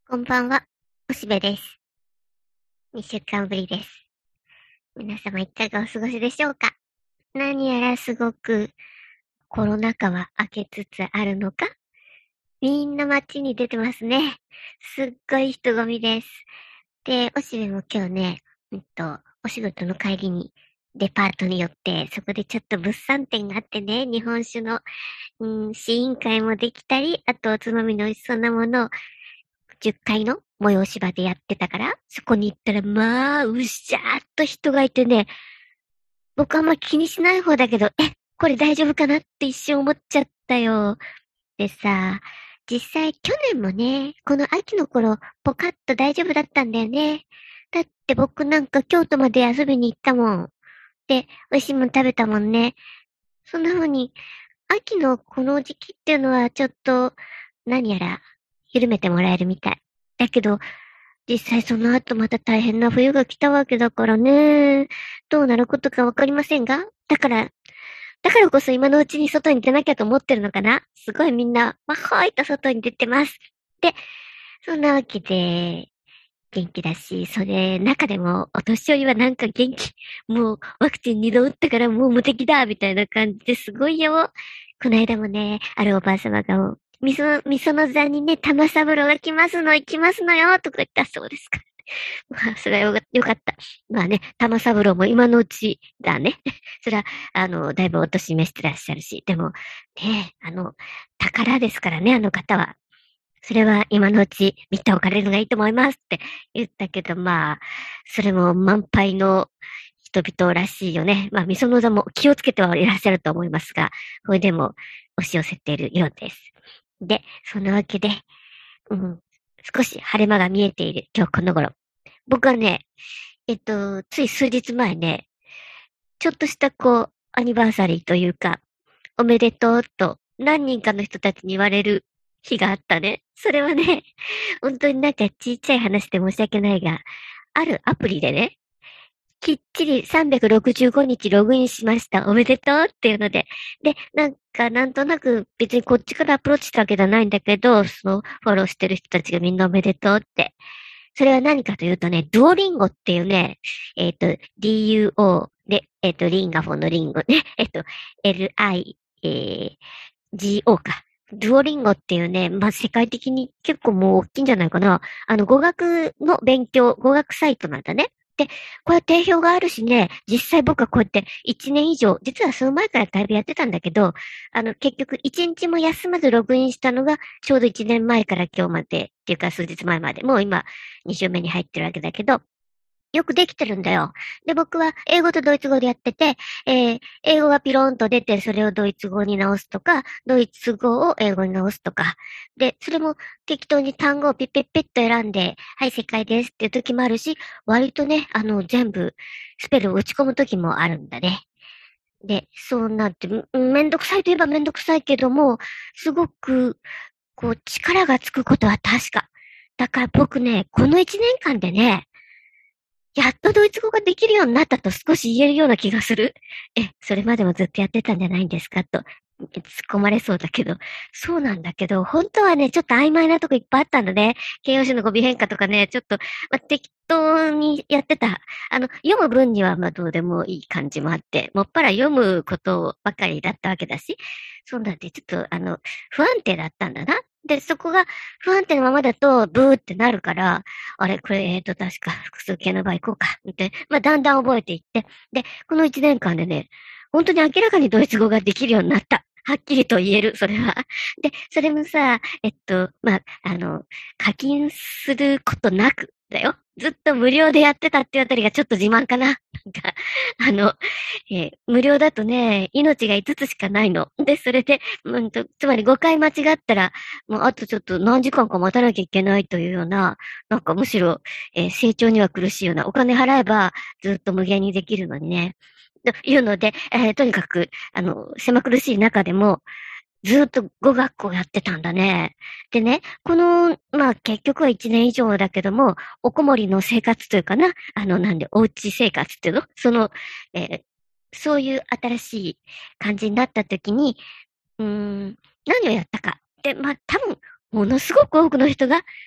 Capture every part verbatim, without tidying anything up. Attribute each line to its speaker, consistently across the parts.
Speaker 1: こんばんは、おしべです。にしゅうかんぶりです。皆様いかがお過ごしでしょうか？何やらすごくコロナ禍は明けつつあるのか、みんな街に出てますね。すっごい人混みです。で、おしべも今日ね、うんと、お仕事の帰りにデパートに寄って、そこでちょっと物産展があってね、日本酒の、うん、試飲会もできたり、あとおつまみの美味しそうなものをじゅっかいの催し場でやってたから、そこに行ったら、まあ、うっしゃーっと人がいてね、僕あんま気にしない方だけど、え、これ大丈夫かなって一瞬思っちゃったよ。でさ、実際去年もね、この秋の頃、ポカッと大丈夫だったんだよね。だって僕なんか京都まで遊びに行ったもん。で、美味しいもん食べたもんね。そんな風に、秋のこの時期っていうのはちょっと、何やら、緩めてもらえるみたい。だけど、実際その後また大変な冬が来たわけだからね。どうなることかわかりませんが。だから、だからこそ今のうちに外に出なきゃと思ってるのかな。すごいみんな、わっほーいと外に出てます。で、そんなわけで、元気だし、それ、中でも、お年寄りはなんか元気。もう、ワクチンにど打ったからもう無敵だみたいな感じですごいよ。この間もね、あるおばあ様が、みそ、みその座にね、玉三郎が来ますの、行きますのよ、とか言ったらそうですか。まあ、それはよかよかった。まあね、玉三郎も今のうちだね。それは、あの、だいぶお年召してらっしゃるし、でも、ね、あの、宝ですからね、あの方は。それは今のうち見ておかれるのがいいと思いますって言ったけど、まあ、それも満杯の人々らしいよね。まあ、みその座も気をつけてはいらっしゃると思いますが、これでも押し寄せているようです。で、そんなわけで、うん、少し晴れ間が見えている今日この頃。僕はね、えっと、つい数日前ね、ちょっとしたこう、アニバーサリーというか、おめでとうと何人かの人たちに言われる日があったね。それはね、本当になんかちっちゃい話で申し訳ないが、あるアプリでね、きっちりさんびゃくろくじゅうごにちログインしました。おめでとうっていうので。で、なんかなんとなく別にこっちからアプローチしたわけじゃないんだけど、そのフォローしてる人たちがみんなおめでとうって。それは何かというとね、ドゥオリンゴっていうね、えっ、と、ディーユーオー で、えっ、と、リンガフォンのリンゴね、えっ、と、エルアイ、えー、ジーオー か。ドゥオリンゴっていうね、まあ、世界的に結構もう大きいんじゃないかな。あの、語学の勉強、語学サイトなんだね。で、これ定評があるしね、実際僕はこうやっていちねん以上、実はその前からだいぶやってたんだけど、あの、結局いちにちも休まずログインしたのが、ちょうどいちねんまえから今日まで、っていうか数日前まで、もう今に週目に入ってるわけだけど、よくできてるんだよ。で、僕は英語とドイツ語でやってて、えー英語がピローンと出て、それをドイツ語に直すとか、ドイツ語を英語に直すとか。で、それも適当に単語をピッピッピッと選んで、はい、正解ですっていう時もあるし、割とね、あの、全部、スペルを打ち込む時もあるんだね。で、そうなって、んめんどくさいといえばめんどくさいけども、すごく、こう、力がつくことは確か。だから僕ね、この一年間でね、やっとドイツ語ができるようになったと少し言えるような気がする。え、それまでもずっとやってたんじゃないんですかと、突っ込まれそうだけど。そうなんだけど、本当はね、ちょっと曖昧なとこいっぱいあったんだね。形容詞の語尾変化とかね、ちょっと、まあ、適当にやってた。あの、読む分にはまあどうでもいい感じもあって、もっぱら読むことばかりだったわけだし、そうなんで、ちょっと、あの、不安定だったんだな。で、そこが不安定なままだと、ブーってなるから、あれ、これ、えっと、確か複数形の場合行こうか。みたいな。まあ、だんだん覚えていって。で、この一年間でね、本当に明らかにドイツ語ができるようになった。はっきりと言える、それは。で、それもさ、えっと、まあ、あの、課金することなく、だよ。ずっと無料でやってたっていうあたりがちょっと自慢かな。なんか、あの、えー無料だとね、命がいつつしかないの。で、それで、うんと、つまりごかい間違ったら、もうあとちょっと何時間か待たなきゃいけないというような、なんかむしろ、えー成長には苦しいような、お金払えばずっと無限にできるのにね。というので、えーとにかく、あの、狭苦しい中でも、ずっと語学校やってたんだね。でね、この、まあ結局はいちねん以上だけども、おこもりの生活というかな、あの、なんで、おうち生活っていうのその、えーそういう新しい感じになった時に、うーん、何をやったか。で、まあ多分、ものすごく多くの人が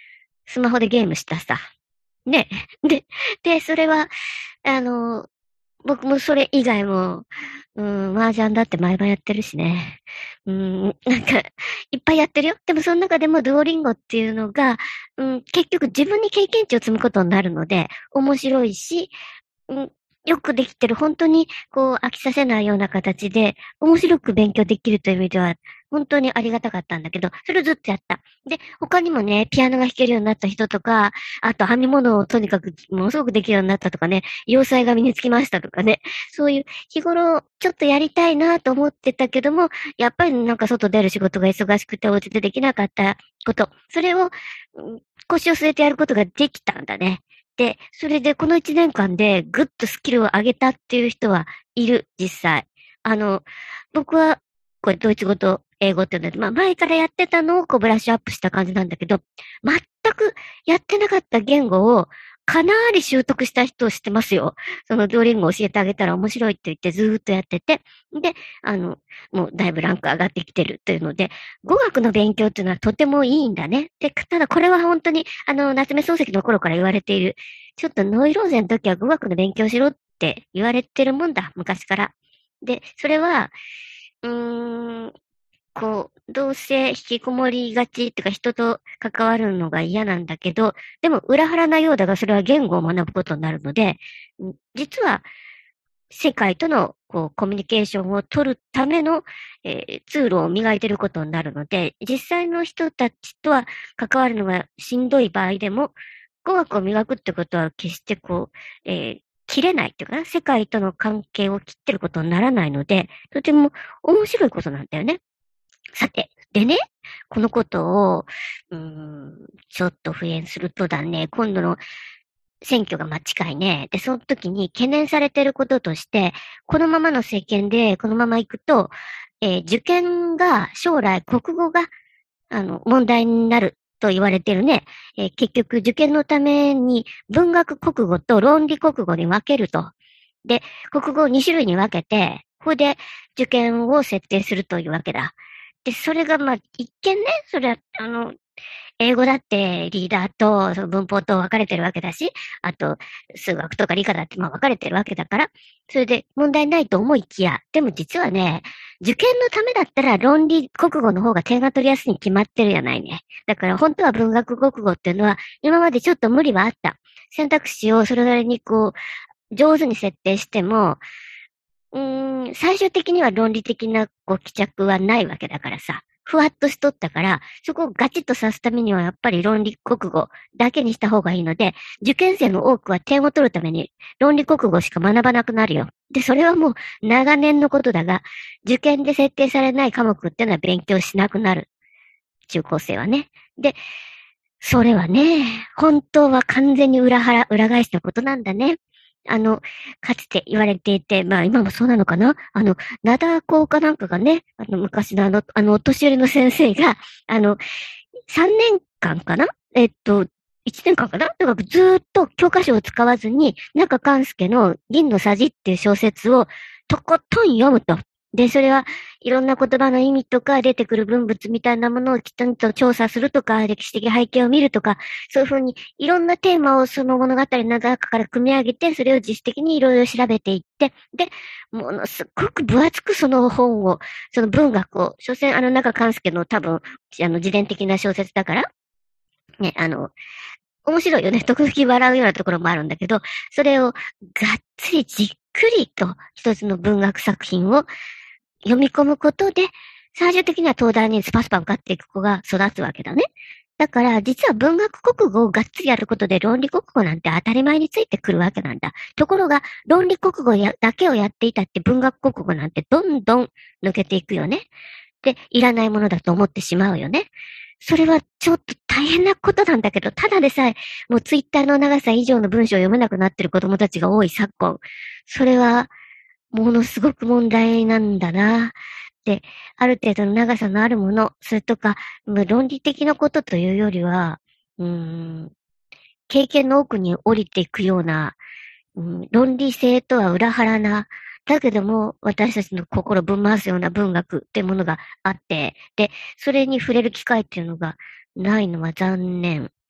Speaker 1: スマホでゲームしたさ。ね。で、で、それは、あの、僕もそれ以外も、うん、麻雀だって毎晩やってるしね。うん、なんか、いっぱいやってるよ。でもその中でもドゥオリンゴっていうのが、うん、結局自分に経験値を積むことになるので、面白いし、うん、よくできてる。本当に、こう、飽きさせないような形で、面白く勉強できるという意味では、本当にありがたかったんだけど、それをずっとやった。で、他にもね、ピアノが弾けるようになった人とか、あと編み物をとにかくものすごくできるようになったとかね、洋裁が身につきましたとかね、そういう日頃ちょっとやりたいなと思ってたけども、やっぱりなんか外出る仕事が忙しくてお家でできなかったこと、それを、うん腰を据えてやることができたんだね。で、それでこの一年間でぐっとスキルを上げたっていう人はいる、実際。あの、僕は、これドイツ語と英語っていうので、まあ前からやってたのをこうブラッシュアップした感じなんだけど、全くやってなかった言語をかなり習得した人を知ってますよ。そのドーリンゴ教えてあげたら面白いって言ってずーっとやってて、で、あの、もうだいぶランク上がってきてるというので、語学の勉強っていうのはとてもいいんだね。で、ただこれは本当に、あの、夏目漱石の頃から言われている、ちょっとノイローゼの時は語学の勉強しろって言われてるもんだ、昔から。で、それは、うーん、こう、どうせ引きこもりがちっていうか人と関わるのが嫌なんだけど、でも裏腹なようだがそれは言語を学ぶことになるので、実は世界とのこうコミュニケーションを取るための、えー、ツールを磨いていることになるので、実際の人たちとは関わるのがしんどい場合でも、語学を磨くってことは決してこう、えー、切れないっていうかな、世界との関係を切ってることにならないので、とても面白いことなんだよね。さて、でね、このことを、うーん、ちょっと敷衍するとだね、今度の選挙がまあ近いね。で、その時に懸念されていることとして、このままの政権で、このまま行くと、えー受験が将来国語が、あの、問題になると言われてるね。えー結局受験のために文学国語と論理国語に分けると。で、国語をに種類に分けて、ここで受験を設定するというわけだ。で、それがまあ、一見ね、それは、あの、英語だってリーダーとその文法と分かれてるわけだし、あと数学とか理科だってまあ分かれてるわけだから、それで問題ないと思いきや、でも実はね、受験のためだったら論理国語の方が点が取りやすいに決まってるじゃないね。だから本当は文学国語っていうのは今までちょっと無理はあった。選択肢をそれなりにこう、上手に設定しても、うーん、最終的には論理的なこう帰着はないわけだからさ。ふわっとしとったから、そこをガチッとさすためにはやっぱり論理国語だけにした方がいいので、受験生の多くは点を取るために論理国語しか学ばなくなるよ。で、それはもう長年のことだが、受験で設定されない科目っていうのは勉強しなくなる。中高生はね。で、それはね、本当は完全に裏腹、裏返したことなんだね。あの、かつて言われていて、まあ今もそうなのかなあの、灘高かなんかがね、あの昔のあの、あのお年寄りの先生が、あの、さんねんかんかなえっと、いちねんかんかなとにかくずーっと教科書を使わずに、中勘介の銀のさじっていう小説をとことん読むと。で、それはいろんな言葉の意味とか出てくる文物みたいなものをきちんと調査するとか、歴史的背景を見るとか、そういうふうにいろんなテーマをその物語の中から組み上げて、それを自主的にいろいろ調べていって、で、ものすごく分厚くその本を、その文学を、所詮あの中勘介の多分、あの自伝的な小説だから、ね、あの、面白いよね。時々笑うようなところもあるんだけど、それをがっつりじっくりと一つの文学作品を読み込むことで、最終的には東大にスパスパ受かっていく子が育つわけだね。だから、実は文学国語をがっつりやることで論理国語なんて当たり前についてくるわけなんだ。ところが、論理国語やだけをやっていたって文学国語なんてどんどん抜けていくよね。で、いらないものだと思ってしまうよね。それはちょっと大変なことなんだけど、ただでさえ、もうツイッターの長さ以上の文章を読めなくなっている子供たちが多い昨今。それは、ものすごく問題なんだな。で、ある程度の長さのあるもの、それとか、論理的なことというよりは、うーん、経験の奥に降りていくような、うん、論理性とは裏腹な、だけども私たちの心をぶん回すような文学っていうものがあって、で、それに触れる機会っていうのがないのは残念。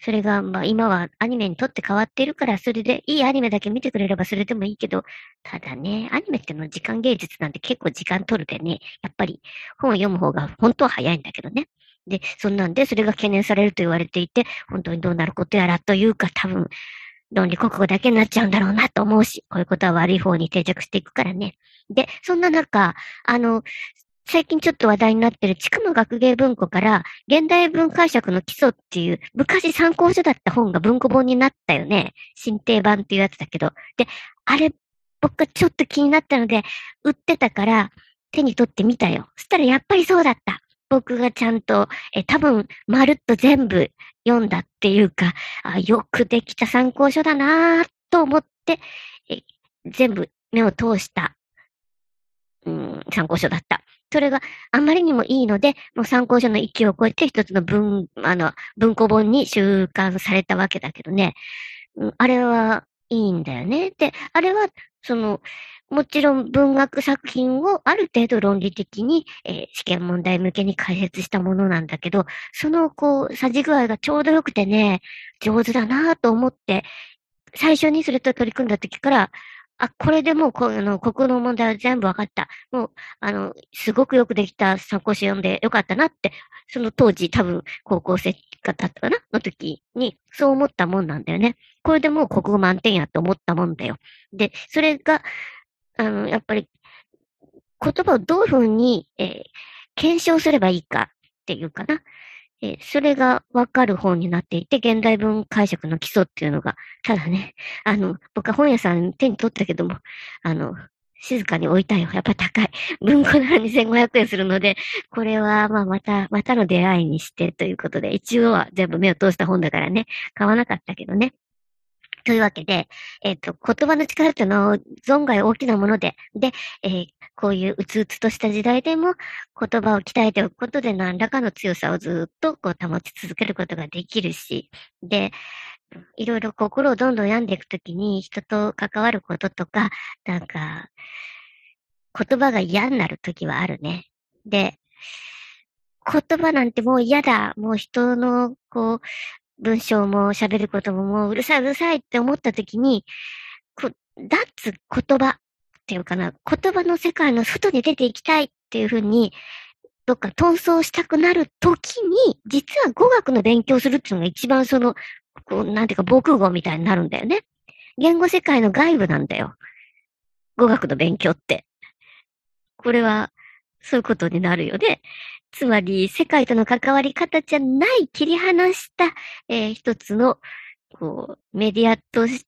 Speaker 1: それが、まあ今はアニメにとって変わってるから、それでいいアニメだけ見てくれればそれでもいいけど、ただね、アニメっての時間芸術なんて結構時間取るでね、やっぱり本を読む方が本当は早いんだけどね。で、そんなんでそれが懸念されると言われていて、本当にどうなることやらというか多分、論理国語だけになっちゃうんだろうなと思うし、こういうことは悪い方に定着していくからね。で、そんな中、あの、最近ちょっと話題になってる、ちくま学芸文庫から、現代文解釈の基礎っていう、昔参考書だった本が文庫本になったよね。新訂版っていうやつだけど。で、あれ、僕がちょっと気になったので、売ってたから、手に取ってみたよ。そしたらやっぱりそうだった。僕がちゃんと、え、多分、まるっと全部読んだっていうか、あ、よくできた参考書だなぁと思って、え、全部目を通した、うん、参考書だった。それがあまりにもいいので、もう参考書の域を超えて一つの文、あの、文庫本に収監されたわけだけどね。うん、あれはいいんだよね。で、あれは、その、もちろん文学作品をある程度論理的に、えー試験問題向けに解説したものなんだけど、その、こう、さじ具合がちょうどよくてね、上手だなぁと思って、最初にそれと取り組んだ時から、あ、これでもうこあの、国語の問題は全部わかった。もう、あの、すごくよくできた参考書読んでよかったなって、その当時多分高校生かだったかなの時に、そう思ったもんなんだよね。これでもう国語満点やと思ったもんだよ。で、それが、あの、やっぱり言葉をどういうふうに、えー検証すればいいかっていうかな。えーそれがわかる本になっていて、現代文解釈の基礎っていうのが、ただね、あの、僕は本屋さん手に取ったけども、あの、静かに置いたよ。やっぱ高い。文庫ならにせんごひゃくえんするので、これは、まあ、また、またの出会いにしてということで、一応は全部目を通した本だからね、買わなかったけどね。というわけで、えっと、言葉の力っていうのは存外大きなもので、で、えーこういううつうつとした時代でも言葉を鍛えておくことで何らかの強さをずっとこう保ち続けることができるし、で、いろいろ心をどんどん病んでいくときに人と関わることとか、なんか言葉が嫌になるときはあるね。で、言葉なんてもう嫌だ。もう人のこう文章も喋ることももううるさいうるさいって思ったときに、こ脱言葉っていうかな、言葉の世界の外に出ていきたいっていうふうに、どっか遁走したくなるときに、実は語学の勉強するっていうのが一番その、こう、なんていうか防空壕みたいになるんだよね。言語世界の外部なんだよ。語学の勉強って。これは、そういうことになるよね。つまり、世界との関わり方じゃない切り離した、えー一つの、こう、メディアとして、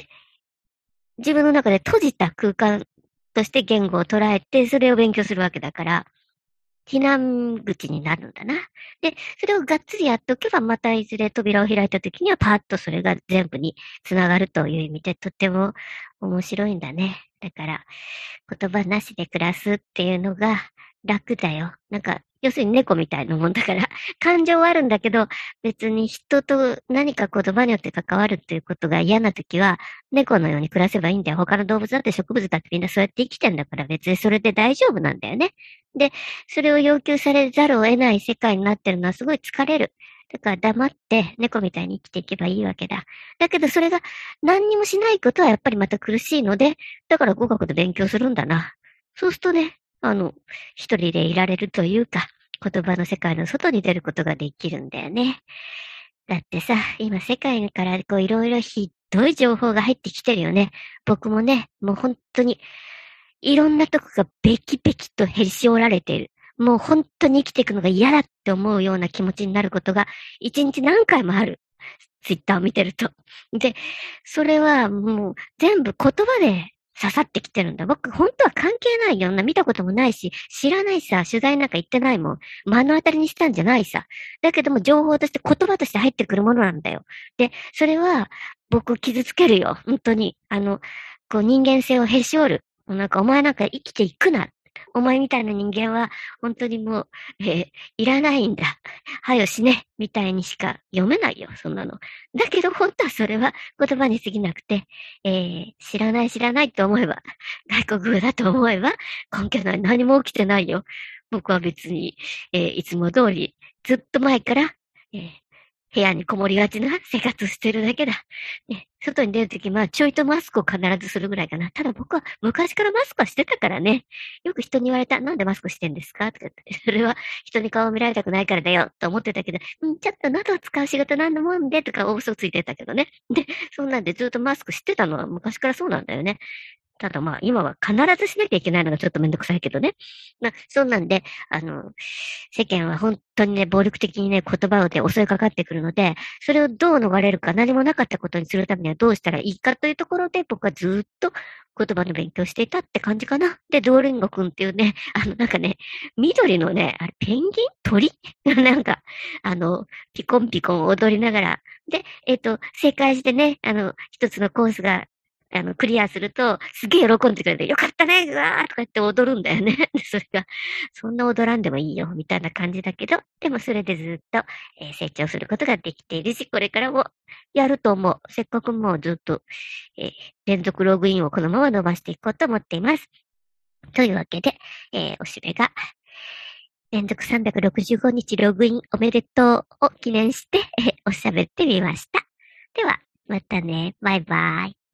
Speaker 1: 自分の中で閉じた空間として言語を捉えて、それを勉強するわけだから、避難口になるんだな。で、それをがっつりやっておけば、またいずれ扉を開いた時には、パーッとそれが全部につながるという意味で、とっても面白いんだね。だから、言葉なしで暮らすっていうのが楽だよ。なんか、要するに猫みたいなもんだから、感情はあるんだけど、別に人と何か言葉によって関わるっていうことが嫌な時は、猫のように暮らせばいいんだよ。他の動物だって植物だってみんなそうやって生きてんだから、別にそれで大丈夫なんだよね。で、それを要求されざるを得ない世界になってるのはすごい疲れる。だから黙って猫みたいに生きていけばいいわけだ。だけどそれが何にもしないことはやっぱりまた苦しいので、だから語学で勉強するんだな。そうするとね、あの、一人でいられるというか、言葉の世界の外に出ることができるんだよね。だってさ、今世界からこういろいろひどい情報が入ってきてるよね。僕もね、もう本当にいろんなとこがべきべきとへし折られている。もう本当に生きていくのが嫌だって思うような気持ちになることが一日何回もある。ツイッターを見てると。で、それはもう全部言葉で刺さってきてるんだ。僕、本当は関係ないような見たこともないし、知らないさ、取材なんか行ってないもん。目の当たりにしたんじゃないさ。だけども情報として言葉として入ってくるものなんだよ。で、それは僕を傷つけるよ。本当に。あの、こう人間性をへし折る。なんかお前なんか生きていくな。お前みたいな人間は本当にもう、えーいらないんだ。はよ死ね。みたいにしか読めないよ。そんなの。だけど本当はそれは言葉に過ぎなくて、えー知らない知らないと思えば、外国語だと思えば、関係ない。何も起きてないよ。僕は別に、えーいつも通り、ずっと前から、えー部屋にこもりがちな生活してるだけだ。ね、外に出るとき、まあ、ちょいとマスクを必ずするぐらいかな。ただ僕は昔からマスクはしてたからね。よく人に言われた。なんでマスクしてんですかとか言って。それは人に顔を見られたくないからだよ。と思ってたけど、うん、ちょっと喉を使う仕事なんだもんで、とか大嘘ついてたけどね。で、そんなんでずっとマスクしてたのは昔からそうなんだよね。ただまあ、今は必ずしなきゃいけないのがちょっとめんどくさいけどね。まあ、そんなんで、あの、世間は本当にね、暴力的にね、言葉をで襲いかかってくるので、それをどう逃れるか、何もなかったことにするためにはどうしたらいいかというところで、僕はずっと言葉の勉強していたって感じかな。で、ドーリンゴくんっていうね、あの、なんかね、緑のね、あれ、ペンギン鳥なんか、あの、ピコンピコン踊りながら、で、えっと、正解してね、あの、一つのコースがあの、クリアすると、すげえ喜んでくれて、よかったねうわーとか言って踊るんだよね。で、それが、そんな踊らんでもいいよ、みたいな感じだけど、でもそれでずっと、えー成長することができているし、これからもやると思う。せっかくもうずっと、えー連続ログインをこのまま伸ばしていこうと思っています。というわけで、えーおしべが、連続さんびゃくろくじゅうごにちログインおめでとうを記念して、えーおしゃべってみました。では、またね。バイバイ。